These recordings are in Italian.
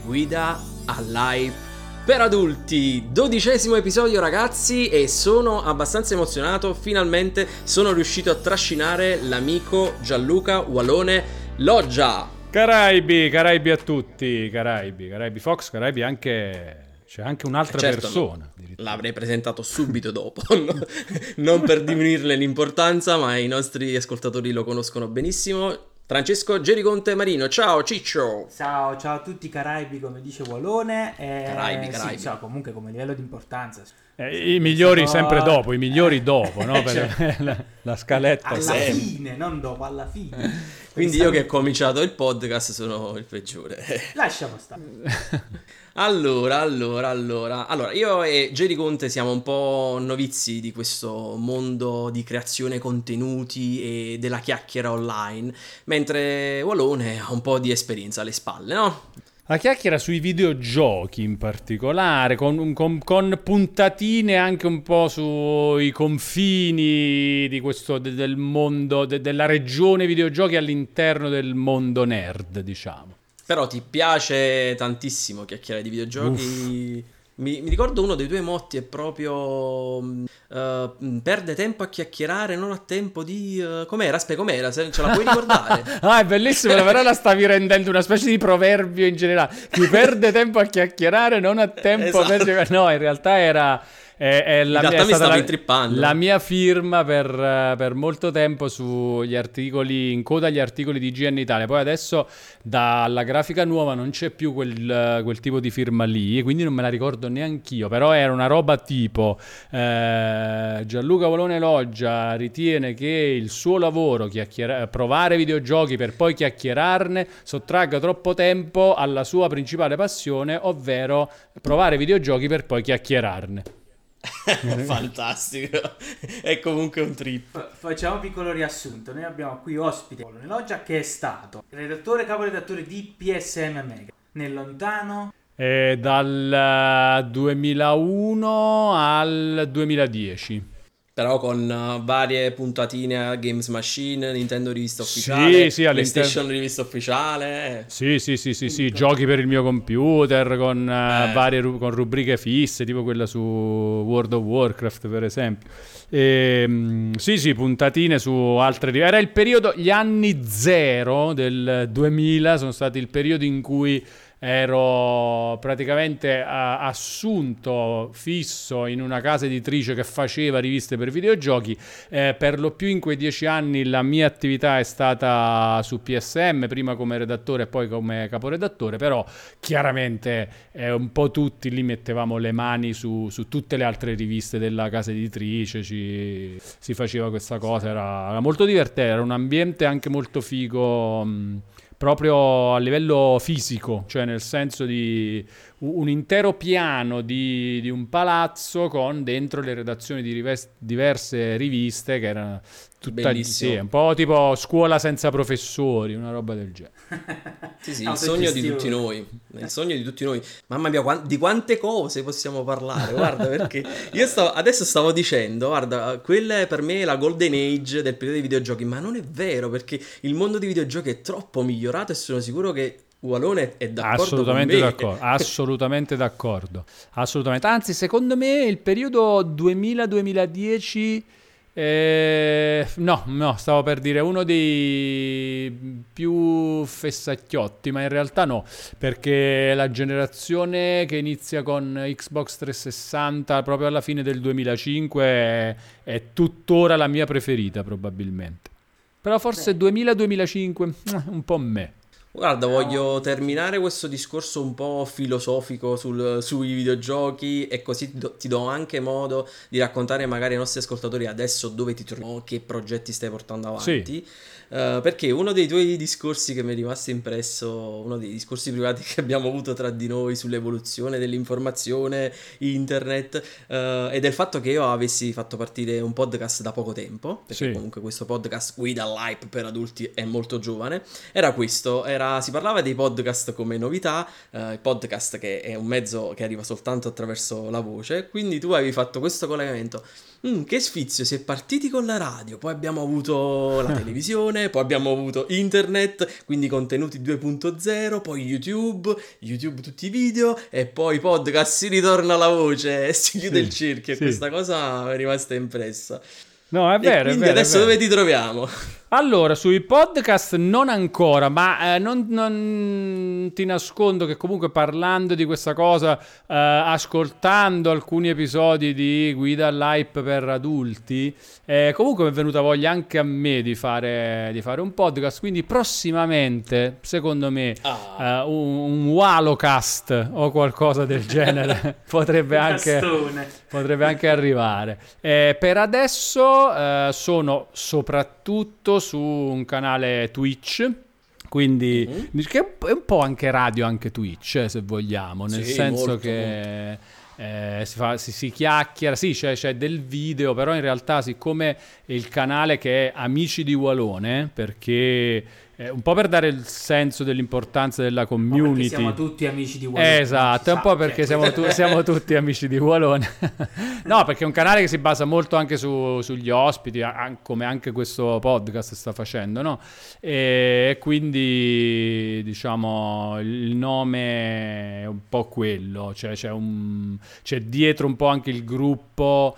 Guida all'hype per adulti, 12° episodio ragazzi, e sono abbastanza emozionato, finalmente sono riuscito a trascinare l'amico Gianluca Walone Loggia. Caraibi a tutti, Caraibi Fox, Caraibi anche... C'è anche un'altra persona. L'avrei presentato subito dopo, non per diminuirle l'importanza, ma i nostri ascoltatori lo conoscono benissimo. Francesco Gerigonte Marino, ciao Ciccio. Ciao a tutti, Caraibi come dice Walone. Caraibi. Sì, comunque come livello di importanza. I migliori sempre dopo, i migliori dopo, no? Per la scaletta. Alla fine, non dopo, alla fine. Quindi io che ho cominciato il podcast sono il peggiore. Lasciamo stare. Allora, io e Geri Conte siamo un po' novizi di questo mondo di creazione contenuti e della chiacchiera online, mentre Walone ha un po' di esperienza alle spalle, no? La chiacchiera sui videogiochi in particolare, con puntatine anche un po' sui confini di questo del mondo, della regione videogiochi all'interno del mondo nerd, diciamo. Però ti piace tantissimo chiacchierare di videogiochi? Mi ricordo uno dei tuoi motti è proprio perde tempo a chiacchierare, non ha tempo di... com'era? Aspetta, com'era? Se ce la puoi ricordare? È bellissimo, però la stavi rendendo una specie di proverbio in generale. Chi perde tempo a chiacchierare non ha tempo per... No, in realtà era... la mia firma per molto tempo sugli articoli, in coda agli articoli di IGN Italia. Poi adesso dalla grafica nuova non c'è più quel tipo di firma lì, e quindi non me la ricordo neanch'io, però era una roba tipo Gianluca Walone Loggia ritiene che il suo lavoro, provare videogiochi per poi chiacchierarne, sottragga troppo tempo alla sua principale passione, ovvero provare videogiochi per poi chiacchierarne. Fantastico, è comunque un trip. Facciamo un piccolo riassunto. Noi abbiamo qui ospite Walone Loggia, che è stato caporedattore di PSM Mega nel lontano dal 2001 al 2010. Però con varie puntatine a Games Machine, Nintendo rivista ufficiale, PlayStation rivista ufficiale. Sì, giochi per il mio computer con varie con rubriche fisse, tipo quella su World of Warcraft per esempio. Sì, puntatine su altre... Era il periodo, gli anni 0 del 2000 sono stati il periodo in cui ero praticamente assunto fisso in una casa editrice che faceva riviste per videogiochi. Per lo più in quei 10 anni la mia attività è stata su PSM, prima come redattore e poi come caporedattore, però chiaramente un po' tutti lì mettevamo le mani su tutte le altre riviste della casa editrice, si faceva questa cosa, era molto divertente, era un ambiente anche molto figo, proprio a livello fisico, cioè nel senso di un intero piano di un palazzo con dentro le redazioni di diverse riviste, che erano bellissimo. Un po' tipo scuola senza professori, una roba del genere. Sì, il sogno di tutti noi. Il sogno di tutti noi. Mamma mia, di quante cose possiamo parlare, guarda, perché io adesso stavo dicendo, guarda, quella è per me la golden age del periodo dei videogiochi, ma non è vero, perché il mondo dei videogiochi è troppo migliorato e sono sicuro che Walone è d'accordo con me. Assolutamente d'accordo. Assolutamente. Anzi, secondo me il periodo 2000-2010 no, stavo per dire uno dei più fessacchiotti, ma in realtà no, perché la generazione che inizia con Xbox 360 proprio alla fine del 2005 è tuttora la mia preferita probabilmente. Però forse 2000-2005 un po' me. Guarda, voglio terminare questo discorso un po' filosofico sui videogiochi, e così ti do anche modo di raccontare magari ai nostri ascoltatori adesso dove ti trovi, che progetti stai portando avanti. Sì. Perché uno dei tuoi discorsi che mi è rimasto impresso, uno dei discorsi privati che abbiamo avuto tra di noi sull'evoluzione dell'informazione, internet, e del fatto che io avessi fatto partire un podcast da poco tempo, perché comunque questo podcast Guida all'hype per adulti è molto giovane, era questo, era si parlava dei podcast come novità, il podcast che è un mezzo che arriva soltanto attraverso la voce, quindi tu avevi fatto questo collegamento. Che sfizio, si è partiti con la radio, poi abbiamo avuto la televisione, poi abbiamo avuto internet, quindi contenuti 2.0, poi YouTube tutti i video, e poi podcast, si ritorna alla voce e si chiude il cerchio, e questa cosa è rimasta impressa. No, è vero, quindi è vero. Adesso dove ti troviamo? Allora, sui podcast non ancora, ma non ti nascondo che comunque parlando di questa cosa, ascoltando alcuni episodi di Guida all'Hype per adulti, comunque mi è venuta voglia anche a me di fare un podcast, quindi prossimamente, secondo me, un Walocast o qualcosa del genere potrebbe anche arrivare. Per adesso sono soprattutto su un canale Twitch, quindi che è un po' anche radio, anche Twitch, se vogliamo, nel senso molto, che si chiacchiera, sì, c'è del video, però in realtà, siccome il canale che è Amici di Walone, perché un po' per dare il senso dell'importanza della community, siamo tutti amici di Walone, esatto, è un po' perché siamo tutti amici di Walone. No, perché è un canale che si basa molto anche sugli ospiti, come anche questo podcast sta facendo, no? E quindi, diciamo, il nome è un po' quello, cioè c'è dietro un po' anche il gruppo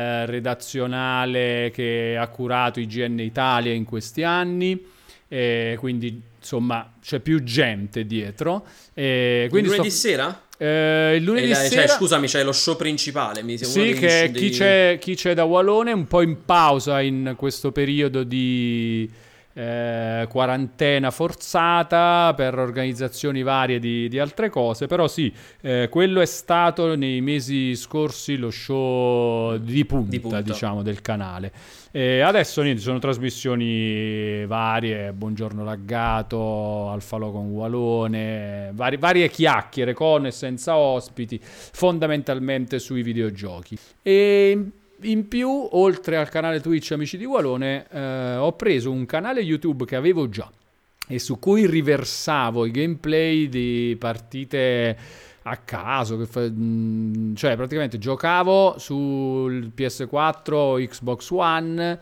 redazionale che ha curato IGN Italia in questi anni. Quindi insomma c'è più gente dietro, quindi lunedì sera? Il lunedì sera, scusami, c'è lo show principale, sì, che chi c'è da Walone un po' in pausa in questo periodo di quarantena forzata per organizzazioni varie di altre cose, però sì, quello è stato nei mesi scorsi lo show di punta. Diciamo, del canale. Adesso niente, sono trasmissioni varie, Buongiorno Laggato, Alfalò con Walone, varie chiacchiere con e senza ospiti, fondamentalmente sui videogiochi. E in più, oltre al canale Twitch Amici di Walone, ho preso un canale YouTube che avevo già e su cui riversavo i gameplay di partite a caso, cioè praticamente giocavo sul PS4 o Xbox One,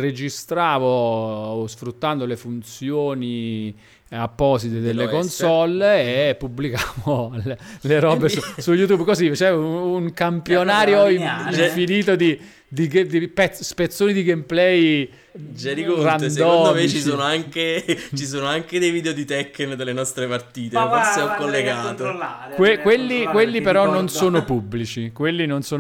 registravo sfruttando le funzioni apposite delle console e pubblicavo le robe su YouTube, così c'è un campionario infinito di spezzoni di gameplay. Conte, secondo me ci sono anche dei video di Tekken delle nostre partite, forse ho collegato. Quelli però non sono pubblici, per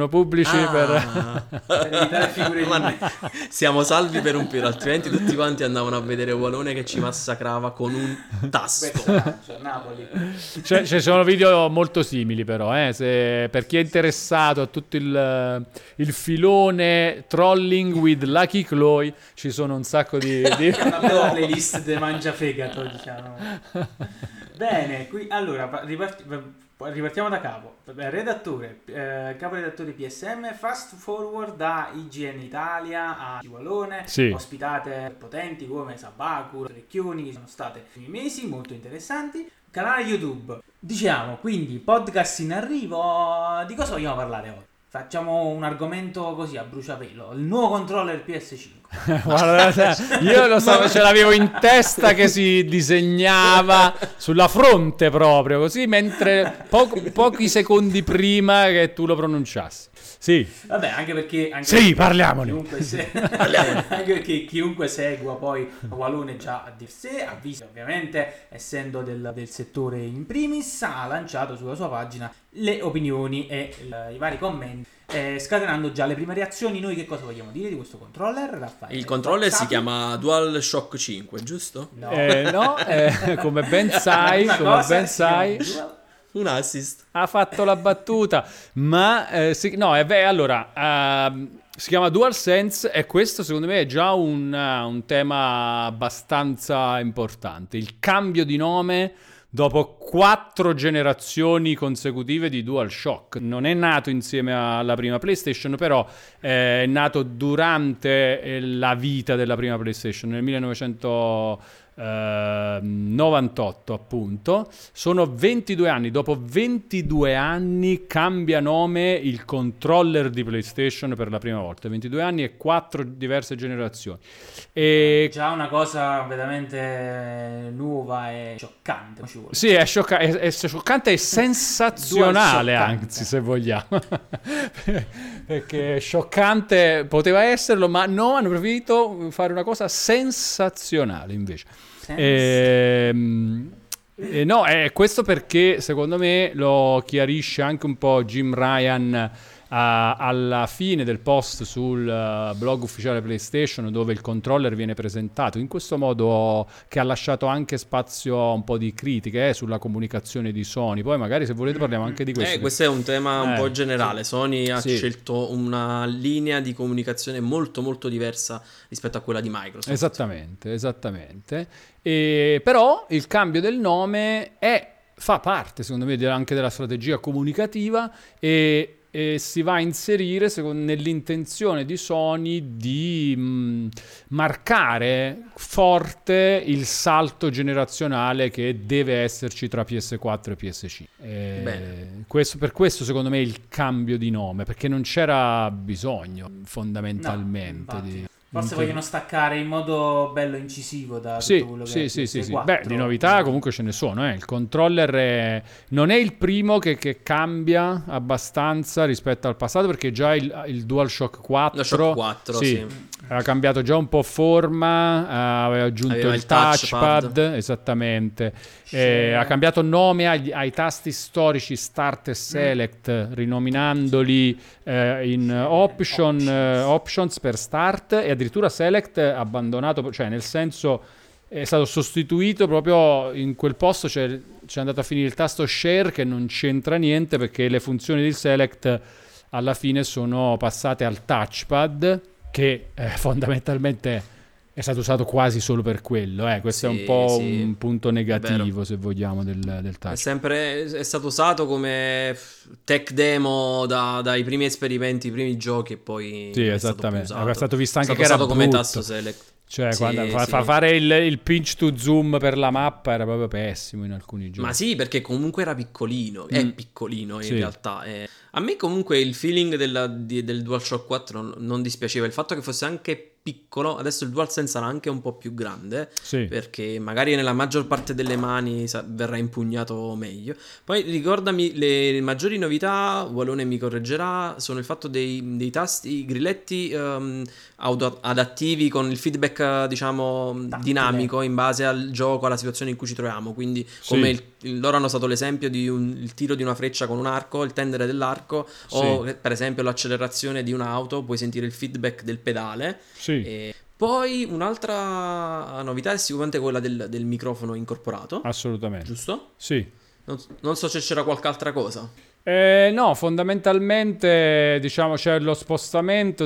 evitare figure siamo salvi per un periodo, altrimenti tutti quanti andavano a vedere Walone che ci massacrava con un tasto. Napoli. Ci sono video molto simili però, per chi è interessato a tutto il filone Trolling with Lucky Chloe, ci sono un sacco di una bella playlist de mangiafegato, diciamo. Bene, qui allora ripartiamo da capo. Caporedattore PSM, fast forward da IGN Italia a Walone, sì. Ospitate potenti come Sabaku, Recchioni, sono state mesi molto interessanti. Canale YouTube, diciamo, quindi podcast in arrivo. Di cosa vogliamo parlare oggi? Facciamo un argomento così a bruciapelo, il nuovo controller PS5. Guarda, io lo so, ce l'avevo in testa che si disegnava sulla fronte proprio, così, mentre pochi secondi prima che tu lo pronunciassi. Sì. Vabbè, anche perché parliamone. Anche perché chiunque segua poi Walone già a dir sé, ha visto ovviamente, essendo del settore in primis, ha lanciato sulla sua pagina le opinioni e i vari commenti, scatenando già le prime reazioni. Noi che cosa vogliamo dire di questo controller, Raffaele? Il controller si chiama DualShock 5, giusto? No, come ben sai, un assist. Ha fatto la battuta, ma allora si chiama DualSense e questo secondo me è già un tema abbastanza importante. Il cambio di nome dopo 4 generazioni consecutive di DualShock. Non è nato insieme alla prima PlayStation, però è nato durante la vita della prima PlayStation. Nel 1999 98 appunto, sono 22 anni, dopo 22 anni cambia nome il controller di PlayStation per la prima volta, 22 anni e 4 diverse generazioni. E già una cosa veramente nuova e scioccante. Sì, è scioccante e sensazionale, anzi, se vogliamo. Perché scioccante poteva esserlo, ma no, hanno preferito fare una cosa sensazionale invece. No, è questo perché secondo me lo chiarisce anche un po' Jim Ryan alla fine del post sul blog ufficiale PlayStation, dove il controller viene presentato in questo modo, che ha lasciato anche spazio a un po' di critiche sulla comunicazione di Sony. Poi magari, se volete, parliamo anche di questo. Questo è un tema un po' generale. Sì. Sony ha scelto una linea di comunicazione molto molto diversa rispetto a quella di Microsoft. Esattamente. Però il cambio del nome fa parte, secondo me, anche della strategia comunicativa e si va a inserire nell'intenzione di Sony di marcare forte il salto generazionale che deve esserci tra PS4 e PS5. Per questo secondo me il cambio di nome, perché non c'era bisogno fondamentalmente di... Forse vogliono staccare in modo bello incisivo da tutto quello che è PS4. Beh, di novità comunque ce ne sono. Il controller non è il primo che cambia abbastanza rispetto al passato, perché già il DualShock 4, ha cambiato già un po' forma, aveva aggiunto il touchpad. Esattamente. Ha cambiato nome ai tasti storici Start e Select, rinominandoli in Options per Start, e addirittura Select abbandonato, cioè nel senso è stato sostituito proprio in quel posto, c'è andato a finire il tasto Share, che non c'entra niente, perché le funzioni di Select alla fine sono passate al touchpad, che fondamentalmente è stato usato quasi solo per quello. Questo è un po' un punto negativo, se vogliamo, del touch. È stato usato come tech demo dai primi esperimenti, i primi giochi, e poi è stato visto anche che era brutto come tasto select. Cioè, quando fare il pinch to zoom per la mappa era proprio pessimo in alcuni giochi. Ma sì, perché comunque era piccolino. È piccolino in realtà. A me comunque il feeling del DualShock 4 non dispiaceva. Il fatto che fosse anche piccolo, adesso il DualSense sarà anche un po' più grande, perché magari nella maggior parte delle mani verrà impugnato meglio. Poi ricordami, le maggiori novità, Walone mi correggerà, sono il fatto dei tasti, i grilletti adattivi con il feedback, diciamo, dinamico in base al gioco, alla situazione in cui ci troviamo. Quindi come loro hanno stato l'esempio di il tiro di una freccia con un arco, il tendere dell'arco, o per esempio l'accelerazione di un'auto, puoi sentire il feedback del pedale. Poi un'altra novità è sicuramente quella del microfono incorporato. Assolutamente. Giusto? Sì. Non so se c'era qualche altra cosa. No, fondamentalmente, diciamo, c'è lo spostamento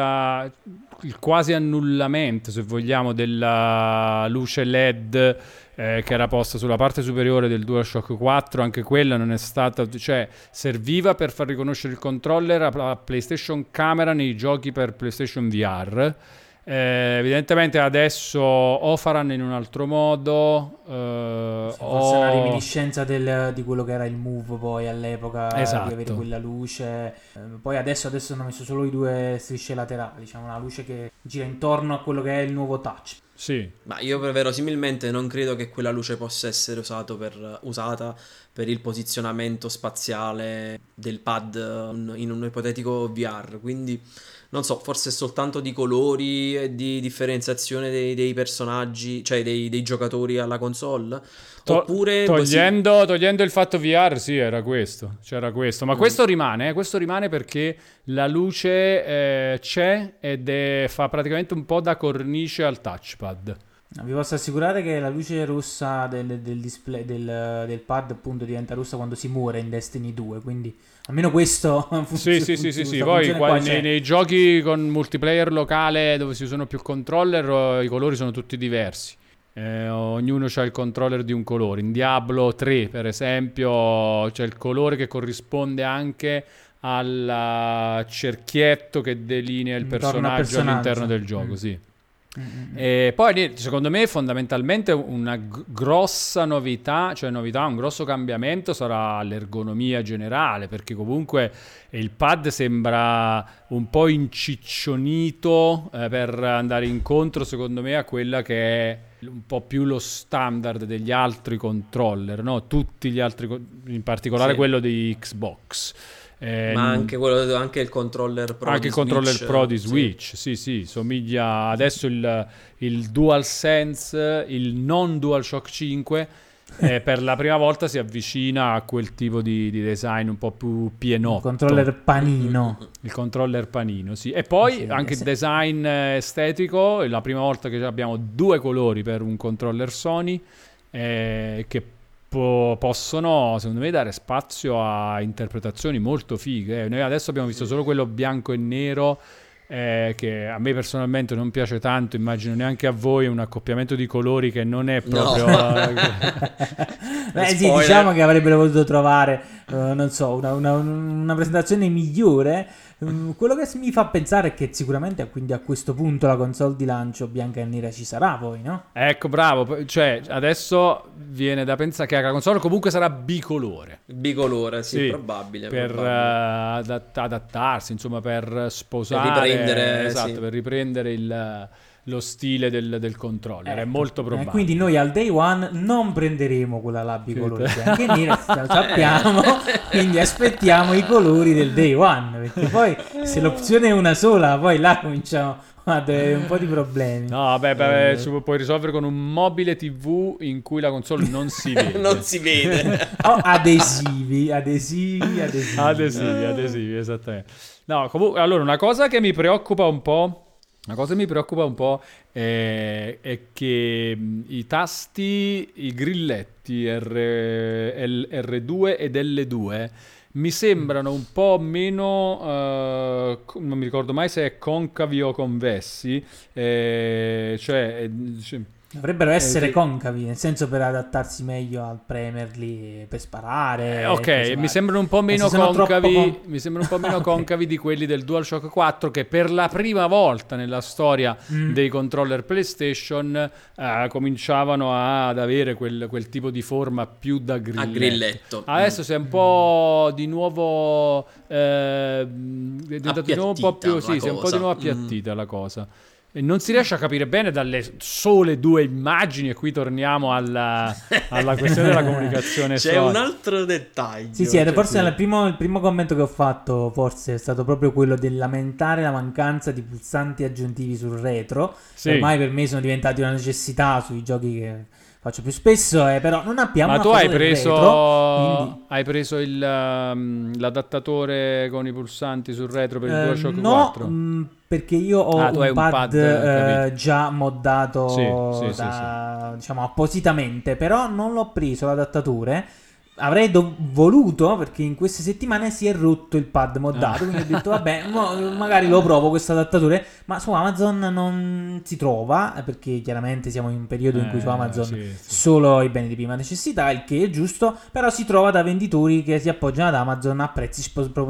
il quasi annullamento, se vogliamo, della luce LED che era posta sulla parte superiore del DualShock 4. Anche quella non è stata, cioè serviva per far riconoscere il controller a PlayStation Camera nei giochi per PlayStation VR. Evidentemente adesso o faranno in un altro modo, forse una reminiscenza di quello che era il Move poi all'epoca, di avere quella luce. Poi adesso hanno messo solo i due strisce laterali, diciamo, una luce che gira intorno a quello che è il nuovo touch. Ma io verosimilmente non credo che quella luce possa essere usata per il posizionamento spaziale del pad in un ipotetico VR, quindi non so, forse è soltanto di colori e di differenziazione dei personaggi, cioè dei giocatori alla console. Oppure togliendo il fatto VR, c'era questo. Ma questo rimane perché la luce c'è ed fa praticamente un po' da cornice al touchpad. Vi posso assicurare che la luce rossa del display del pad appunto diventa rossa quando si muore in Destiny 2, quindi almeno questo funziona. Sì. Poi nei giochi con multiplayer locale dove si usano più controller, i colori sono tutti diversi. Ognuno ha il controller di un colore. In Diablo 3, per esempio, c'è il colore che corrisponde anche al cerchietto che delinea il personaggio all'interno del gioco, E poi secondo me fondamentalmente una grossa novità, un grosso cambiamento sarà l'ergonomia generale, perché comunque il pad sembra un po' inciccionito per andare incontro secondo me a quella che è un po' più lo standard degli altri controller, no? Tutti gli altri, in particolare quello di Xbox. Ma anche il controller Pro anche di il controller Switch, Pro di Switch, sì, somiglia adesso il DualSense, il non DualShock 5 per la prima volta si avvicina a quel tipo di design un po' più pienotto. Il controller panino. Il controller panino, sì. E poi anche il design estetico, è la prima volta che abbiamo 2 colori per un controller Sony che possono secondo me dare spazio a interpretazioni molto fighe. Noi adesso abbiamo visto solo quello bianco e nero che a me personalmente non piace tanto, immagino neanche a voi, un accoppiamento di colori che non è proprio Beh, sì, diciamo che avrebbero voluto trovare non so, una presentazione migliore. Quello che mi fa pensare è che sicuramente quindi a questo punto la console di lancio bianca e nera ci sarà poi, no? Ecco, bravo, cioè adesso viene da pensare che la console comunque sarà bicolore, sì, probabile per adattarsi, insomma, per sposare, per riprendere lo stile del controller, è molto probabile. Quindi noi al day one non prenderemo quella là bicolore bianca e nera, lo sappiamo, quindi aspettiamo i colori del day one, perché poi se l'opzione è una sola, poi là cominciamo ad avere un po' di problemi. No, puoi risolvere con un mobile TV in cui la console non si vede. Non si vede. O adesivi, esattamente. No, comunque, allora, una cosa che mi preoccupa un po' è che i tasti, i grilletti R2 ed L2 mi sembrano un po' meno, non mi ricordo mai se è concavi o convessi, dovrebbero essere concavi, nel senso per adattarsi meglio al premerli per sparare. Ok, mi sembrano un po' meno concavi. Mi sembrano un po' meno concavi di quelli del DualShock 4, che per la prima volta nella storia dei controller PlayStation cominciavano ad avere quel tipo di forma più da grilletto. Adesso si è un po' di nuovo è diventato di nuovo un po' più, sì, si è un po' di nuovo appiattita la cosa. E non si riesce a capire bene dalle sole 2 immagini, e qui torniamo alla questione della comunicazione. C'è un altro dettaglio. Sì, forse il primo commento che ho fatto forse è stato proprio quello del lamentare la mancanza di pulsanti aggiuntivi sul retro. Sì. Ormai per me sono diventati una necessità sui giochi che faccio più spesso, però non abbiamo. Ma tu hai preso l'adattatore con i pulsanti sul retro per il DualShock 4? No, perché io ho un pad già moddato diciamo appositamente, però non l'ho preso l'adattatore. Avrei voluto, perché in queste settimane si è rotto il pad moddato, quindi ho detto vabbè, magari lo provo questo adattatore, ma su Amazon non si trova, perché chiaramente siamo in un periodo in cui su Amazon solo i beni di prima necessità, il che è giusto, però si trova da venditori che si appoggiano ad Amazon a prezzi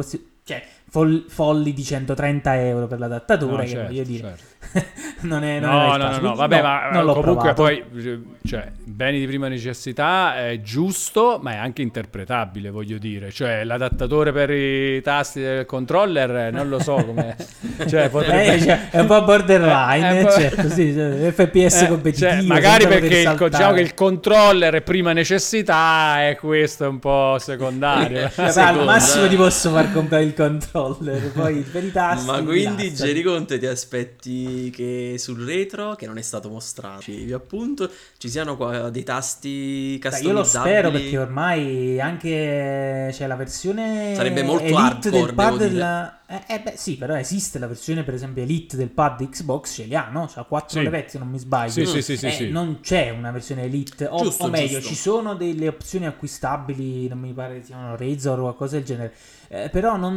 folli di 130 euro per l'adattatore, che voglio dire non è vabbè, ma comunque poi beni di prima necessità è giusto, ma è anche interpretabile, voglio dire, cioè l'adattatore per i tasti del controller non lo so come potrebbe... è un po' borderline, certo, sì, FPS competitivo, magari perché diciamo che il controller è prima necessità e questo è un po' secondario. Al massimo ti posso far comprare il controller, poi per i tasti. Ma quindi Jerry Conte ti aspetti che sul retro, che non è stato mostrato, appunto, ci siano qua dei tasti customizzabili? Io lo spero, perché ormai anche c'è la versione sarebbe molto Elite hardcore, del pad sì, però esiste la versione per esempio Elite del pad Xbox, ce li ha, no? C'ha 4 levette, se non mi sbaglio. Sì. Non c'è una versione Elite, o meglio, ci sono delle opzioni acquistabili, non mi pare siano Razor o qualcosa del genere. Però non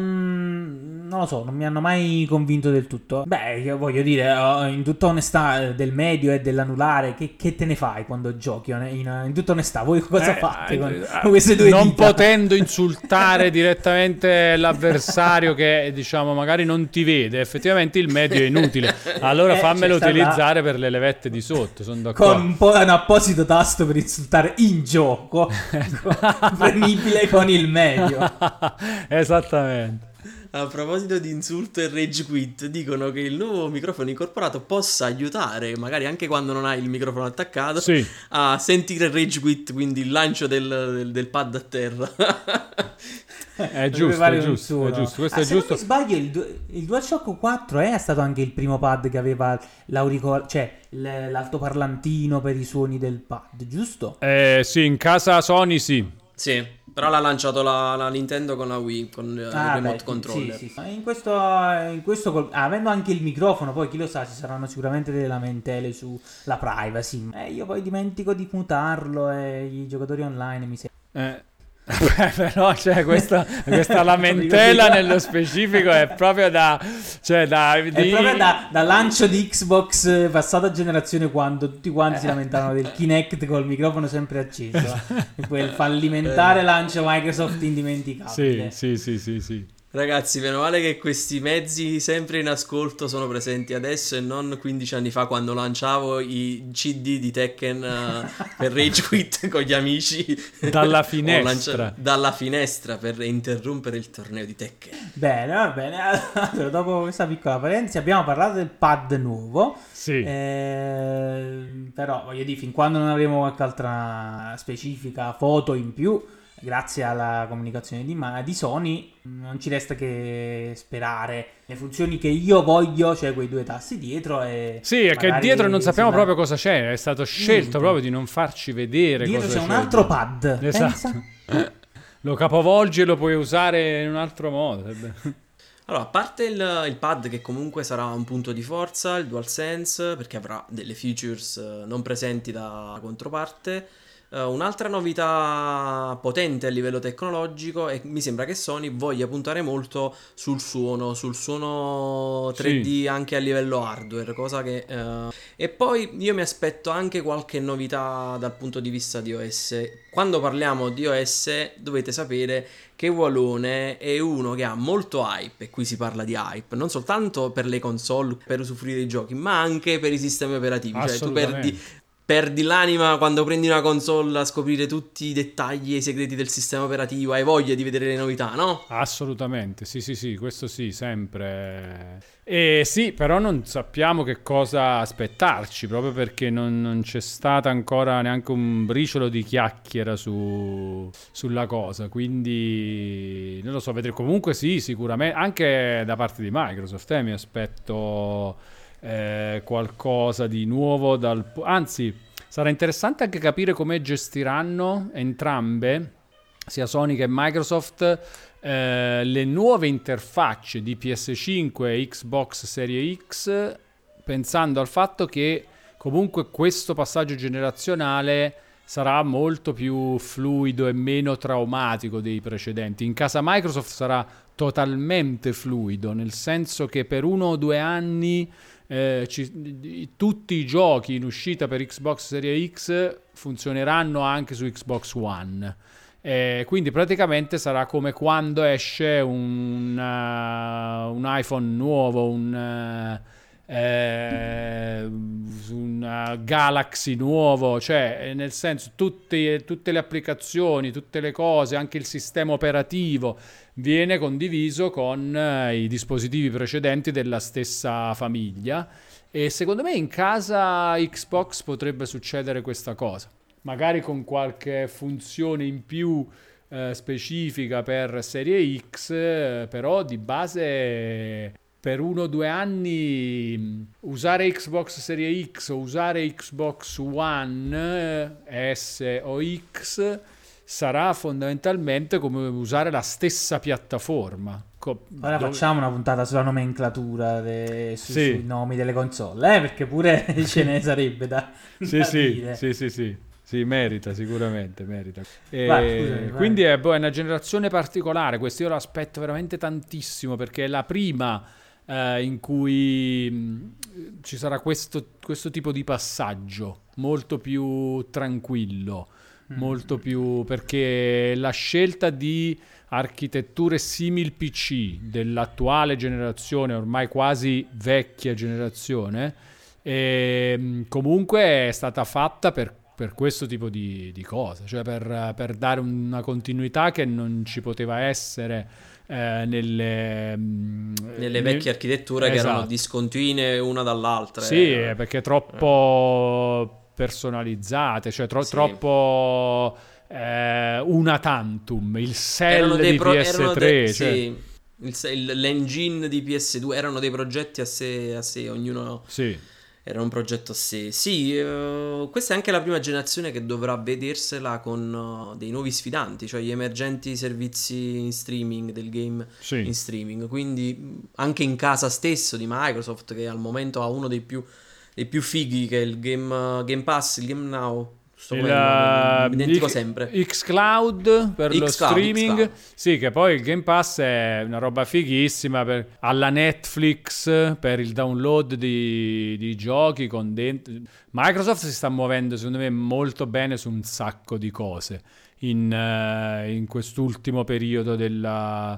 non lo so, non mi hanno mai convinto del tutto. Beh, io voglio dire, in tutta onestà, del medio e dell'anulare, che te ne fai quando giochi? In tutta onestà, voi cosa fate con queste due non dita? potendo insultare direttamente l'avversario che, diciamo, magari non ti vede, effettivamente il medio è inutile. Allora fammelo utilizzare per le levette di sotto, sono d'accordo. Con un apposito tasto per insultare in gioco, premibile con il medio. Esattamente. A proposito di insulto e rage quit, dicono che il nuovo microfono incorporato possa aiutare, magari anche quando non hai il microfono attaccato, sì, a sentire il rage quit, quindi il lancio del pad a terra. È giusto, è giusto, questo è se giusto. non mi sbaglio, il DualShock 4 è stato anche il primo pad che aveva l'altoparlantino per i suoni del pad, giusto? Sì, in casa Sony sì. Sì, però l'ha lanciato la Nintendo con la Wii, con il remote controller. Sì. In questo avendo anche il microfono, poi chi lo sa, ci saranno sicuramente delle lamentele sulla privacy. Io poi dimentico di mutarlo e i giocatori online mi però questa lamentela nello specifico è proprio da lancio di Xbox passata generazione, quando tutti quanti si lamentavano del Kinect col microfono sempre acceso. Quel fallimentare lancio Microsoft indimenticabile. Sì. Ragazzi, meno male che questi mezzi sempre in ascolto sono presenti adesso e non 15 anni fa, quando lanciavo i CD di Tekken per Rage Quit con gli amici dalla finestra per interrompere il torneo di Tekken. Bene, va bene. Allora, dopo questa piccola parentesi abbiamo parlato del pad nuovo. Sì. Però voglio dire, fin quando non avremo qualche altra specifica foto in più, grazie alla comunicazione di Sony, non ci resta che sperare le funzioni che io voglio, cioè quei due tasti dietro. Sì, è che dietro non sappiamo proprio cosa c'è, è stato scelto proprio di non farci vedere dietro cosa c'è c'è. un altro pad. Esatto. Lo capovolgi e lo puoi usare in un altro modo. Allora, a parte il pad, che comunque sarà un punto di forza, il DualSense, perché avrà delle features non presenti da controparte. Un'altra novità potente a livello tecnologico, e mi sembra che Sony voglia puntare molto sul suono 3D, sì, anche a livello hardware, cosa che e poi io mi aspetto anche qualche novità dal punto di vista di OS. Quando parliamo di OS dovete sapere che Walone è uno che ha molto hype, e qui si parla di hype non soltanto per le console, per usufruire dei giochi, ma anche per i sistemi operativi. Cioè tu perdi l'anima quando prendi una console a scoprire tutti i dettagli e i segreti del sistema operativo, hai voglia di vedere le novità, no? Assolutamente, sì, questo sì, sempre. E sì, però non sappiamo che cosa aspettarci, proprio perché non c'è stata ancora neanche un briciolo di chiacchiera sulla cosa, quindi non lo so, vedremo. Comunque sì, sicuramente, anche da parte di Microsoft, mi aspetto qualcosa di nuovo, anzi sarà interessante anche capire come gestiranno entrambe, sia Sony che Microsoft, le nuove interfacce di PS5 e Xbox Series X, pensando al fatto che comunque questo passaggio generazionale sarà molto più fluido e meno traumatico dei precedenti. In casa Microsoft sarà totalmente fluido, nel senso che per 1 o 2 anni tutti i giochi in uscita per Xbox Series X funzioneranno anche su Xbox One. Quindi praticamente sarà come quando esce un iPhone nuovo, un Galaxy nuovo, cioè nel senso tutte le applicazioni, tutte le cose, anche il sistema operativo viene condiviso con i dispositivi precedenti della stessa famiglia, e secondo me in casa Xbox potrebbe succedere questa cosa, magari con qualche funzione in più specifica per Serie X, però di base per 1 o 2 anni usare Xbox Series X o usare Xbox One S o X sarà fondamentalmente come usare la stessa piattaforma. Ora facciamo una puntata sulla nomenclatura sui nomi delle console, perché pure ce ne sarebbe da dire. Sì. Sì, merita, sicuramente merita. Scusami, quindi è una generazione particolare, questo io lo aspetto veramente tantissimo perché è la prima in cui ci sarà questo tipo di passaggio molto più tranquillo, molto più, perché la scelta di architetture simil PC dell'attuale generazione, ormai quasi vecchia generazione, comunque è stata fatta per questo tipo di cose, cioè per dare una continuità che non ci poteva essere nelle vecchie architetture che erano esatto. discontinue una dall'altra. Sì, perché troppo personalizzate, cioè Sì. troppo una tantum, il cell di PS3, cioè. L'engine di PS2 erano dei progetti a sé, ognuno era un progetto a sé. Sì, questa è anche la prima generazione che dovrà vedersela con dei nuovi sfidanti, cioè gli emergenti servizi in streaming del game in streaming, quindi anche in casa stesso di Microsoft, che al momento ha uno dei più fighi, che è il Game Pass, il Game Now. Mi dimentico sempre. xCloud per lo streaming. xCloud. Sì, che poi il Game Pass è una roba fighissima alla Netflix per il download di giochi con dentro. Microsoft si sta muovendo secondo me molto bene su un sacco di cose in quest'ultimo periodo della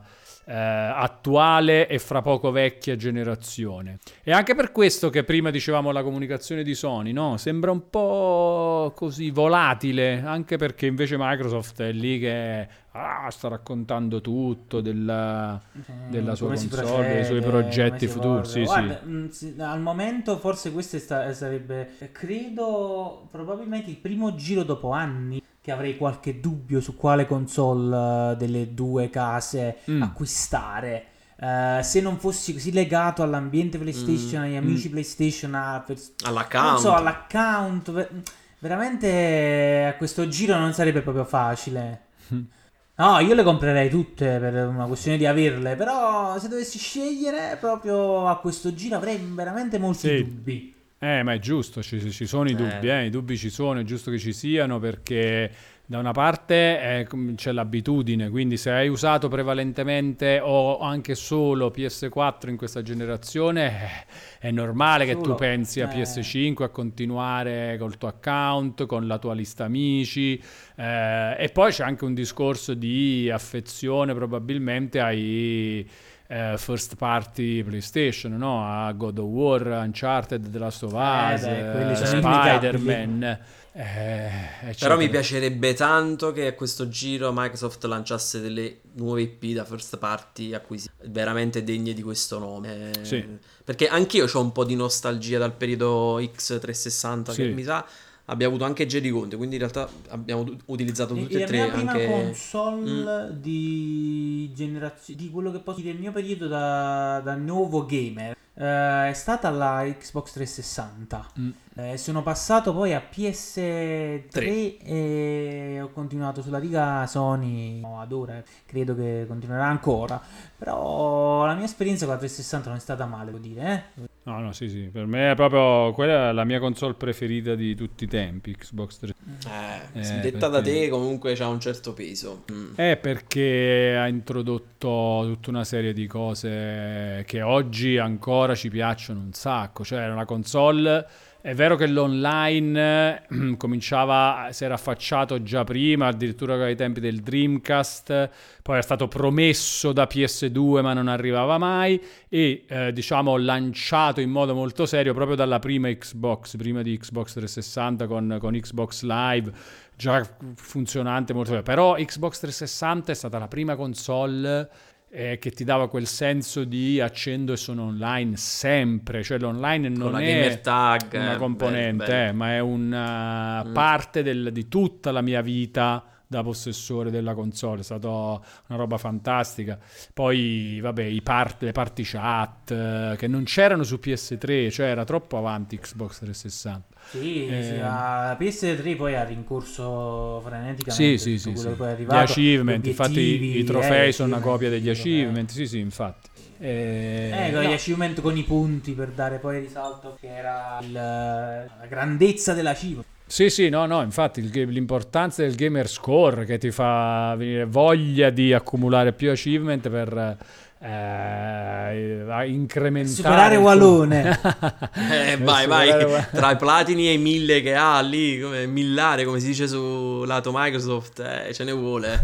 attuale e fra poco vecchia generazione. E anche per questo che prima dicevamo la comunicazione di Sony, no? Sembra un po' così volatile, anche perché invece Microsoft è lì che sta raccontando tutto della sua console, dei suoi progetti futuri. Guarda, al momento forse questo sarebbe, credo, probabilmente il primo giro dopo anni che avrei qualche dubbio su quale console delle due case acquistare. Se non fossi così legato all'ambiente PlayStation, agli amici PlayStation, all'account. Non so, all'account. Veramente a questo giro non sarebbe proprio facile. No, io le comprerei tutte per una questione di averle, però se dovessi scegliere proprio a questo giro avrei veramente molti dubbi. Ma è giusto, ci sono i dubbi, i dubbi ci sono, è giusto che ci siano, perché da una parte c'è l'abitudine, quindi se hai usato prevalentemente o anche solo PS4 in questa generazione, è normale che tu pensi a PS5, a continuare col tuo account, con la tua lista amici, e poi c'è anche un discorso di affezione probabilmente ai first party PlayStation, no? A God of War, Uncharted, The Last of Us, Spider-Man. Però mi piacerebbe tanto che a questo giro Microsoft lanciasse delle nuove IP da first party acquisite veramente degne di questo nome, perché anch'io ho un po' di nostalgia dal periodo X360 che mi sa abbia avuto anche Jerry Conte, quindi in realtà abbiamo utilizzato tutte e tre. La mia prima console di generazione, di quello che posso dire, il mio periodo da nuovo gamer, è stata la Xbox 360. Sono passato poi a PS3 e ho continuato sulla riga Sony ad ora, credo che continuerà ancora, però la mia esperienza con la 360 non è stata male, devo dire. No, sì, per me è proprio quella la mia console preferita di tutti i tempi, Xbox 360. Detta da te comunque c'ha un certo peso. Perché ha introdotto tutta una serie di cose che oggi ancora ci piacciono un sacco, cioè era una console. È vero che l'online si era affacciato già prima, addirittura ai tempi del Dreamcast, poi è stato promesso da PS2 ma non arrivava mai, e diciamo lanciato in modo molto serio proprio dalla prima Xbox, prima di Xbox 360 con Xbox Live, già funzionante molto bene. Però Xbox 360 è stata la prima console che ti dava quel senso di accendo e sono online sempre, cioè l'online non è tag, una componente, bello. Ma è una parte di tutta la mia vita da possessore della console. È stata una roba fantastica. Poi vabbè, le party chat che non c'erano su PS3, cioè era troppo avanti Xbox 360. Sì, la PS3 poi ha rincorso freneticamente sì. quello che poi è arrivato, gli achievement, infatti i trofei sono una copia degli achievement, sì, infatti. Gli achievement con i punti per dare poi risalto che era la grandezza dell'achievement. Sì, no, infatti l'importanza del gamer score che ti fa venire voglia di accumulare più achievement per incrementare superare Walone. Vai, tra i platini e i 1000 che ha lì, come millare, come si dice su lato Microsoft, ce ne vuole.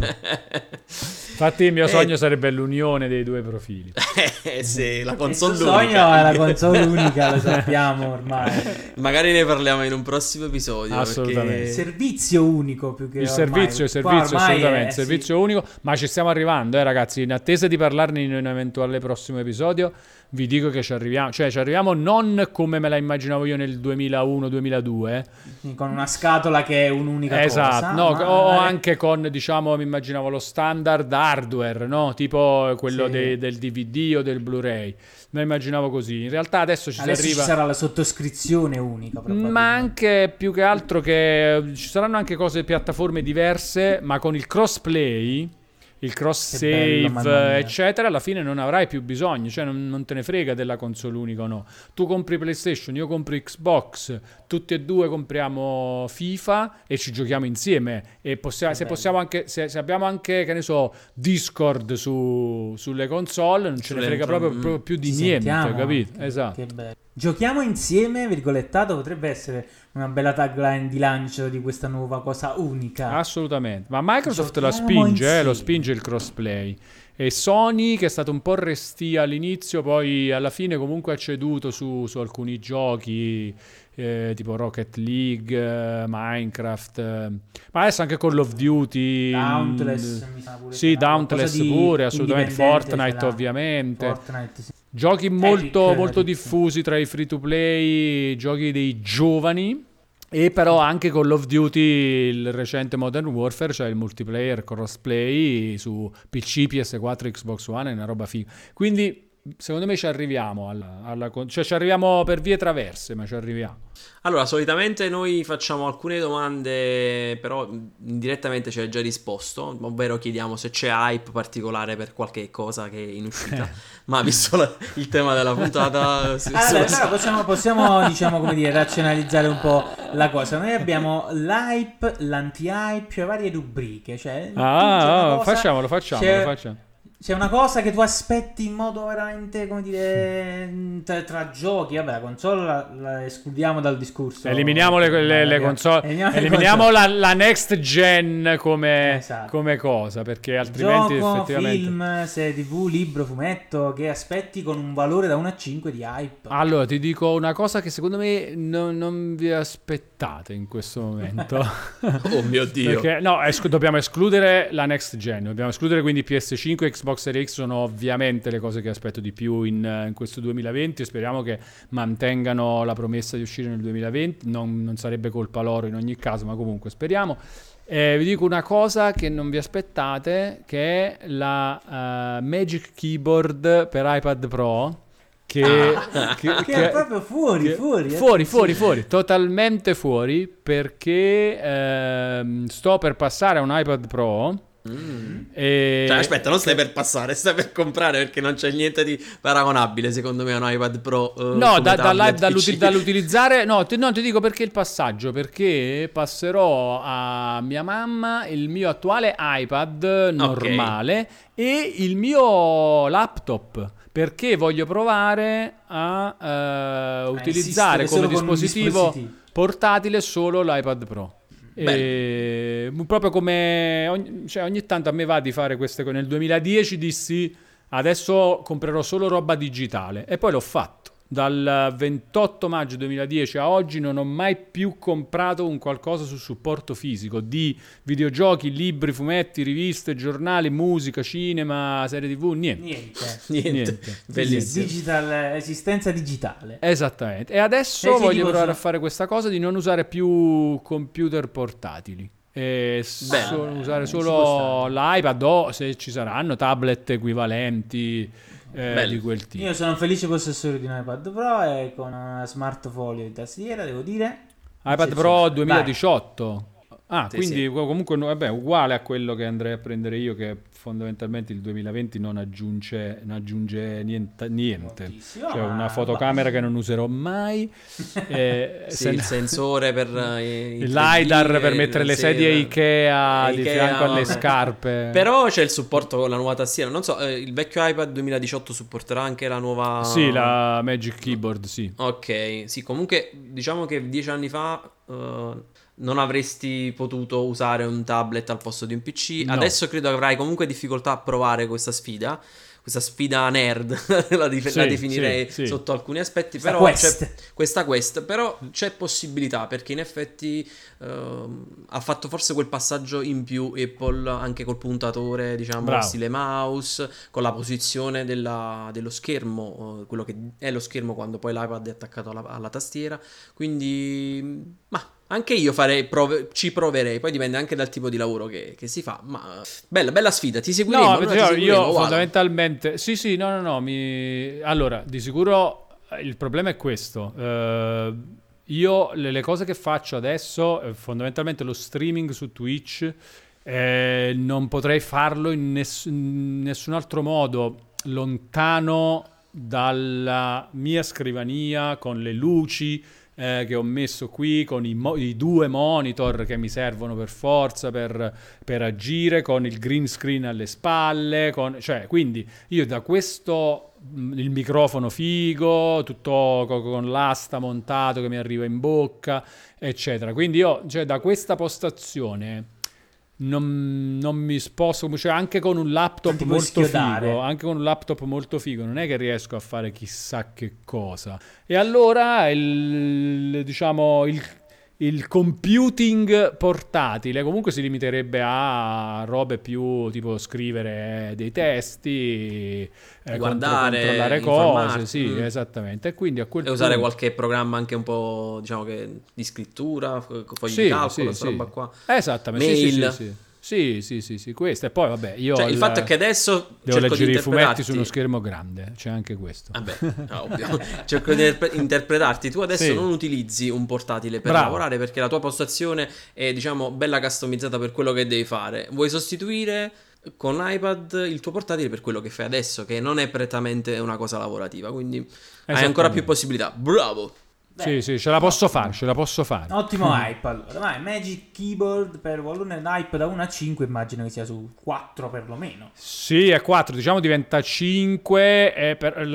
Infatti il mio sogno sarebbe l'unione dei due profili. Sì, la console il unica. sogno è la console unica, lo sappiamo ormai. Magari ne parliamo in un prossimo episodio. Assolutamente. Servizio unico più che Il ormai. servizio Ormai assolutamente, sì. servizio unico, ma ci stiamo arrivando, ragazzi, in attesa di parlarne in un eventuale prossimo episodio. Vi dico che ci arriviamo non come me la immaginavo io nel 2001-2002, con una scatola che è un'unica esatto, cosa. no, o anche con, diciamo, mi immaginavo lo standard hardware, no? Tipo quello del DVD o del Blu-ray. Me la immaginavo così. In realtà adesso ci sarà la sottoscrizione unica, ma anche più che altro che ci saranno anche piattaforme diverse, ma con il crossplay, il cross save, eccetera, alla fine non avrai più bisogno, cioè non te ne frega della console unica o no. Tu compri PlayStation, io compro Xbox, tutti e due compriamo FIFA e ci giochiamo insieme. E se abbiamo anche, che ne so, Discord sulle console, non ce ne frega proprio più di niente, capito? Esatto. Che bello. Giochiamo insieme, virgolettato, potrebbe essere una bella tagline di lancio di questa nuova cosa unica. Assolutamente, ma Microsoft lo spinge il crossplay. E Sony, che è stato un po' restia all'inizio, poi alla fine comunque ha ceduto su alcuni giochi, tipo Rocket League, Minecraft, ma adesso anche Call of Duty, Dauntless, mi sa pure. Sì, Dauntless pure, assolutamente, Fortnite ovviamente. Fortnite, sì. Giochi molto diffusi tra i free to play, giochi dei giovani. E però anche Call of Duty, il recente Modern Warfare, cioè il multiplayer crossplay su PC, PS4, Xbox One, è una roba figa. Quindi secondo me ci arriviamo cioè ci arriviamo per vie traverse, ma ci arriviamo. Allora, solitamente noi facciamo alcune domande, però indirettamente ci hai già risposto, ovvero chiediamo se c'è hype particolare per qualche cosa che è in uscita, ma visto il tema della puntata... Allora, possiamo diciamo, come dire, razionalizzare un po' la cosa. Noi abbiamo l'hype, l'anti-hype, cioè varie rubriche. Cioè, facciamolo. C'è una cosa che tu aspetti in modo veramente, come dire, tra giochi. Vabbè, la console la escludiamo dal discorso. Eliminiamo le console. Eliminiamo la next gen come cosa, perché altrimenti gioco, effettivamente... film, serie TV, libro, fumetto, che aspetti con un valore da 1 a 5 di hype. Allora, ti dico una cosa che secondo me non vi aspettate in questo momento. Oh mio Dio. Perché, no, dobbiamo escludere la next gen. Dobbiamo escludere quindi PS5 e Xbox Series X. Sono ovviamente le cose che aspetto di più in questo 2020. Speriamo che mantengano la promessa di uscire nel 2020. Non sarebbe colpa loro in ogni caso, ma comunque speriamo. Vi dico una cosa che non vi aspettate, che è la Magic Keyboard per iPad Pro. Che è proprio fuori, totalmente fuori, perché sto per passare a un iPad Pro. Cioè, aspetta, non stai per passare, stai per comprare, perché non c'è niente di paragonabile secondo me a un iPad Pro. No, dall'utilizzare. No, ti dico perché il passaggio. Perché passerò a mia mamma il mio attuale iPad normale e il mio laptop, perché voglio provare a utilizzare come dispositivo portatile solo l'iPad Pro. Proprio come ogni tanto a me va di fare queste cose. Nel 2010 dissi adesso comprerò solo roba digitale, e poi l'ho fatto. Dal 28 maggio 2010 a oggi non ho mai più comprato un qualcosa su supporto fisico di videogiochi, libri, fumetti, riviste, giornali, musica, cinema, serie TV, niente. Bellissimo. Esistenza digitale. Esattamente. E adesso voglio provare a fare questa cosa di non usare più computer portatili e usare solo l'iPad, o se ci saranno tablet equivalenti di quel tipo. Io sono un felice possessore di un iPad Pro e con una Smart Folio di tastiera, devo dire. iPad Pro 2018. quindi comunque vabbè, uguale a quello che andrei a prendere io, che fondamentalmente il 2020 non aggiunge niente. Cioè una fotocamera che non userò mai. Il sensore per il LiDAR per mettere le sedie Ikea di fianco alle scarpe. Però c'è il supporto con la nuova tastiera. Non so, il vecchio iPad 2018 supporterà anche la nuova... Sì, la Magic Keyboard, sì. Ok, sì, comunque diciamo che 10 anni fa... non avresti potuto usare un tablet al posto di un PC. No. Adesso credo che avrai comunque difficoltà a provare questa sfida nerd, la definirei sotto alcuni aspetti, però questa quest, però c'è possibilità, perché in effetti ha fatto forse quel passaggio in più Apple, anche col puntatore, diciamo, stile mouse, con la posizione dello schermo, quello che è lo schermo quando poi l'iPad è attaccato alla tastiera, quindi anche io ci proverei, poi dipende anche dal tipo di lavoro che si fa, ma bella sfida, ti seguiremo. Io fondamentalmente allora, di sicuro il problema è questo. Io le cose che faccio adesso, fondamentalmente lo streaming su Twitch, non potrei farlo in nessun altro modo lontano dalla mia scrivania, con le luci che ho messo qui, con i 2 monitor che mi servono per forza per agire, con il green screen alle spalle, cioè quindi io da questo, il microfono figo, tutto con l'asta montato che mi arriva in bocca, eccetera, quindi io, cioè, da questa postazione non mi sposto, cioè anche con un laptop molto figo, non è che riesco a fare chissà che cosa. E allora il computing portatile comunque si limiterebbe a robe più tipo scrivere dei testi, guardare, controllare cose, sì, esattamente. E quindi a quel punto usare qualche programma anche un po', diciamo, che di scrittura, fogli di calcolo, questa roba qua. Esattamente, mail. Sì, questo. E poi vabbè, io il fatto è che adesso devo leggere i fumetti su uno schermo grande, c'è anche questo. Vabbè, ovvio. Cerco di interpretarti. Tu adesso non utilizzi un portatile per lavorare, perché la tua postazione è, diciamo, bella customizzata per quello che devi fare. Vuoi sostituire con iPad il tuo portatile per quello che fai adesso, che non è prettamente una cosa lavorativa, quindi hai ancora più possibilità. Bravo! Sì, ce la posso fare. Ottimo hype. Allora, vai, Magic Keyboard per volume hype da 1 a 5, immagino che sia su 4 perlomeno. Sì, è 4, diciamo diventa 5. E per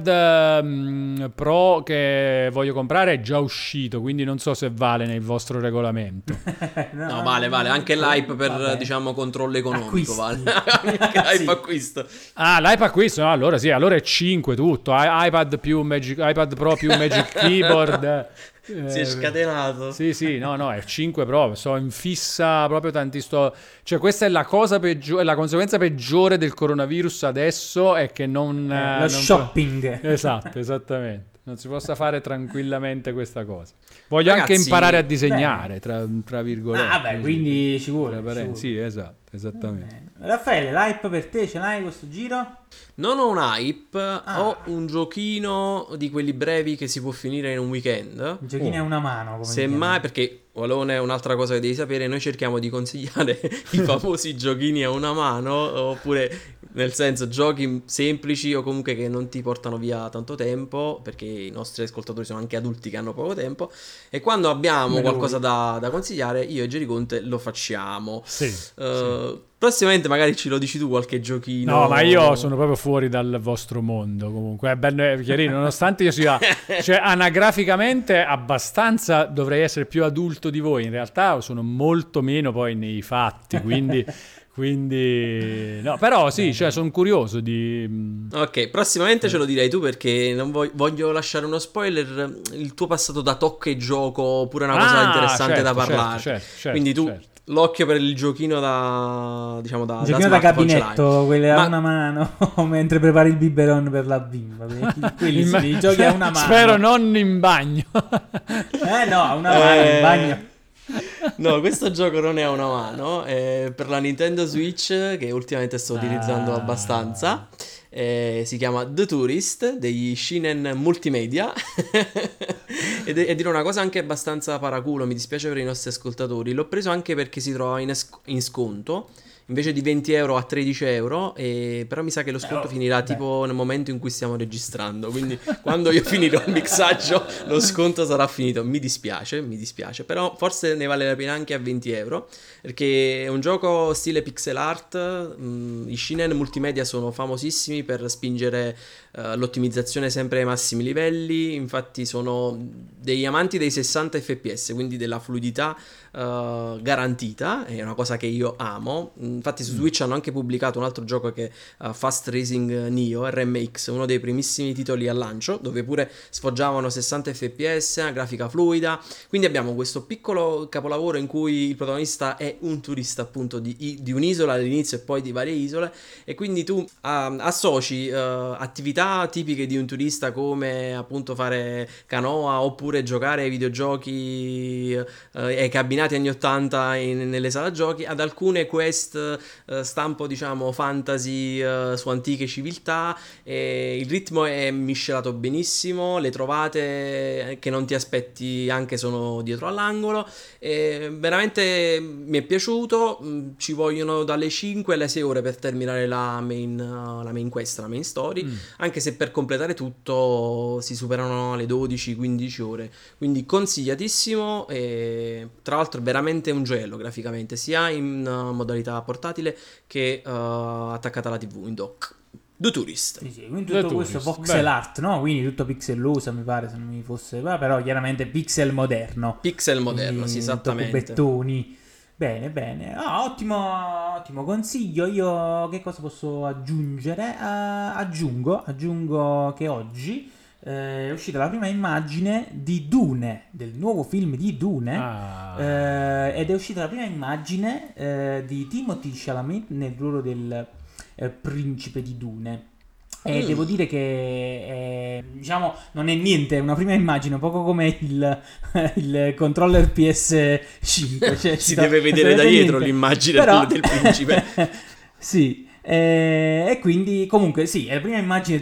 l'iPad Pro che voglio comprare è già uscito, quindi non so se vale nel vostro regolamento. No, vale, anche l'hype per, diciamo, controllo economico, vale. Anche l'hype acquisto. L'hype acquisto, no, allora sì, allora è 5 tutto. iPad Pro più Magic Keyboard. Si è scatenato. Sì, no, è 5 proprio. Sto in fissa proprio cioè, questa è la cosa peggiore, la conseguenza peggiore del coronavirus adesso è che shopping. Esatto, esattamente. Non si possa fare tranquillamente questa cosa. Voglio anche imparare a disegnare, tra virgolette. Vabbè, quindi ci vuole. Sì, esatto, esattamente. Raffaele, l'hype per te ce l'hai questo giro? Non ho un hype, ho un giochino di quelli brevi che si può finire in un weekend. Giochini a una mano, come semmai, perché Walone, un'altra cosa che devi sapere, noi cerchiamo di consigliare i famosi giochini a una mano, oppure nel senso giochi semplici o comunque che non ti portano via tanto tempo, perché i nostri ascoltatori sono anche adulti che hanno poco tempo, e quando abbiamo qualcosa da consigliare, io e Jerry Conte lo facciamo. Sì. Prossimamente magari ce lo dici tu qualche giochino. No, ma io sono proprio fuori dal vostro mondo, comunque è bello chiarino, nonostante io sia, cioè, anagraficamente abbastanza dovrei essere più adulto di voi, in realtà sono molto meno poi nei fatti, quindi no, però sì, cioè sono curioso di... Ok, prossimamente ce lo direi tu, perché non voglio lasciare uno spoiler, il tuo passato da tocca e gioco, oppure una cosa interessante da parlare. Certo, quindi tu l'occhio per il giochino da giochino da gabinetto, quelle a una mano mentre prepari il biberon per la bimba. Quelli sono i giochi a una mano. Spero non in bagno. No, a una mano in bagno. No, questo gioco non è a una mano, è per la Nintendo Switch, che ultimamente sto utilizzando abbastanza. Si chiama The Tourist degli Shinen Multimedia E dire una cosa anche abbastanza paraculo, mi dispiace per i nostri ascoltatori, l'ho preso anche perché si trova in sconto, invece di 20 euro a 13 euro, però mi sa che lo sconto finirà tipo nel momento in cui stiamo registrando, quindi quando io finirò il mixaggio lo sconto sarà finito. Mi dispiace, però forse ne vale la pena anche a 20 euro, perché è un gioco stile pixel art. I Shinen Multimedia sono famosissimi per spingere l'ottimizzazione sempre ai massimi livelli, infatti sono degli amanti dei 60 fps, quindi della fluidità garantita, è una cosa che io amo. Infatti su Switch hanno anche pubblicato un altro gioco che è Fast Racing Neo RMX, uno dei primissimi titoli al lancio, dove pure sfoggiavano 60 fps, una grafica fluida, quindi abbiamo questo piccolo capolavoro in cui il protagonista è un turista appunto di un'isola all'inizio e poi di varie isole, e quindi tu associ attività tipiche di un turista come appunto fare canoa oppure giocare ai videogiochi ai cabinati anni 80 nelle sala giochi ad alcune quest stampo diciamo fantasy su antiche civiltà, e il ritmo è miscelato benissimo, le trovate che non ti aspetti anche sono dietro all'angolo, e veramente mi è piaciuto. Ci vogliono dalle 5 alle 6 ore per terminare la main quest, la main story, anche se per completare tutto si superano le 12-15 ore, quindi consigliatissimo. E tra l'altro è veramente un gioiello graficamente, sia in modalità portatile che attaccata alla TV in dock. The Tourist. Sì, quindi tutto questo voxel art, no? Quindi tutto pixelloso, mi pare, se non mi fosse, però chiaramente pixel moderno. Pixel moderno, sì, esattamente. Cubettoni. Bene. Ottimo consiglio. Io che cosa posso aggiungere? Aggiungo che oggi è uscita la prima immagine di Dune, del nuovo film di Dune, ed è uscita la prima immagine di Timothée Chalamet nel ruolo del principe di Dune. E devo dire che diciamo non è niente, è una prima immagine, un poco come il controller PS5, cioè si deve vedere da dietro l'immagine però... del principe. Sì. E quindi comunque sì, è la prima immagine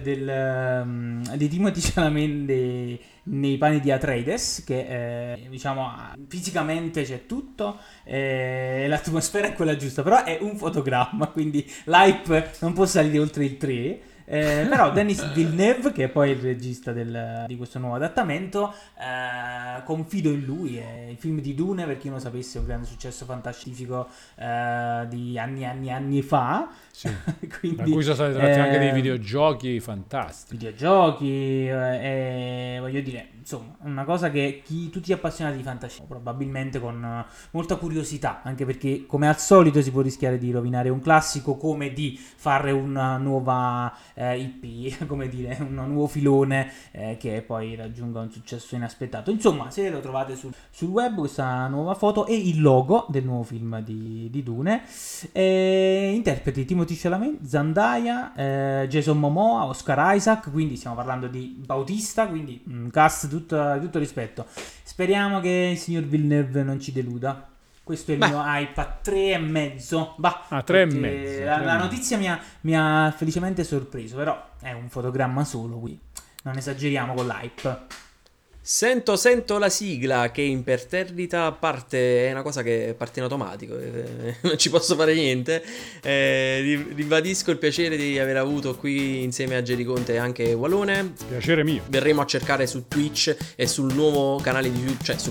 di Timothée Chalamet nei panni di Atreides, che diciamo fisicamente c'è tutto, l'atmosfera è quella giusta, però è un fotogramma, quindi l'hype non può salire oltre il 3. Però Denis Villeneuve, che è poi il regista di questo nuovo adattamento, confido in lui. Il film di Dune, per chi non lo sapesse, è un grande successo fantascientifico di anni fa. Sì. Quindi, da cui sono stati tratti anche dei videogiochi fantastici. Voglio dire, insomma, una cosa che tutti gli appassionati di fantascienza probabilmente con molta curiosità, anche perché come al solito si può rischiare di rovinare un classico, come di fare una nuova IP, come dire, un nuovo filone che poi raggiunga un successo inaspettato. Insomma, se lo trovate sul web, questa nuova foto e il logo del nuovo film di Dune, interpreti Timothée Chalamet, Zendaya, Jason Momoa, Oscar Isaac, quindi stiamo parlando di Bautista, quindi un cast tutto rispetto. Speriamo che il signor Villeneuve non ci deluda. Questo è il mio hype a 3,5. A 3,5. La notizia mi ha felicemente sorpreso, però è un fotogramma solo, qui non esageriamo con l'hype. Sento la sigla che imperterrita parte, è una cosa che parte in automatico, non ci posso fare niente. Ribadisco il piacere di aver avuto qui insieme a Jerry Conte anche Walone. Piacere mio. Verremo a cercare su Twitch e sul nuovo canale di YouTube, cioè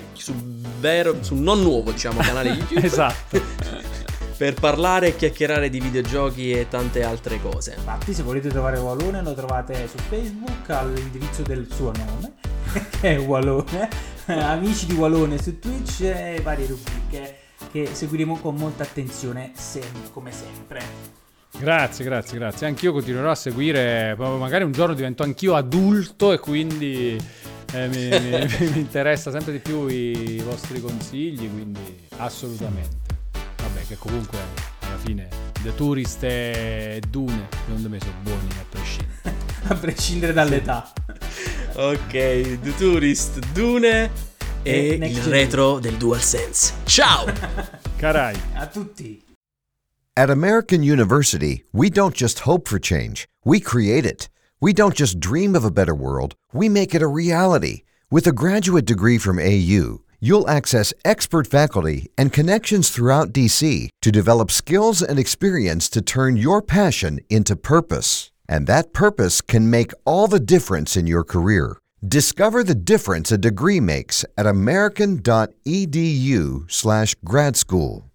sul non nuovo diciamo canale di YouTube. Esatto. Per parlare e chiacchierare di videogiochi e tante altre cose. Infatti, se volete trovare Walone, lo trovate su Facebook all'indirizzo del suo nome, che è Walone. Amici di Walone su Twitch e varie rubriche che seguiremo con molta attenzione, come sempre. Grazie. Anch'io continuerò a seguire, magari un giorno divento anch'io adulto e quindi mi interessa sempre di più i vostri consigli, quindi assolutamente. Vabbè, che comunque alla fine The Tourist e Dune secondo me sono buoni a prescindere dall'età. Ok, The Tourist, Dune e il retro del DualSense. Ciao! Carai. A tutti. At American University, we don't just hope for change, we create it. We don't just dream of a better world, we make it a reality. With a graduate degree from AU, you'll access expert faculty and connections throughout DC to develop skills and experience to turn your passion into purpose. And that purpose can make all the difference in your career. Discover the difference a degree makes at american.edu/grad school.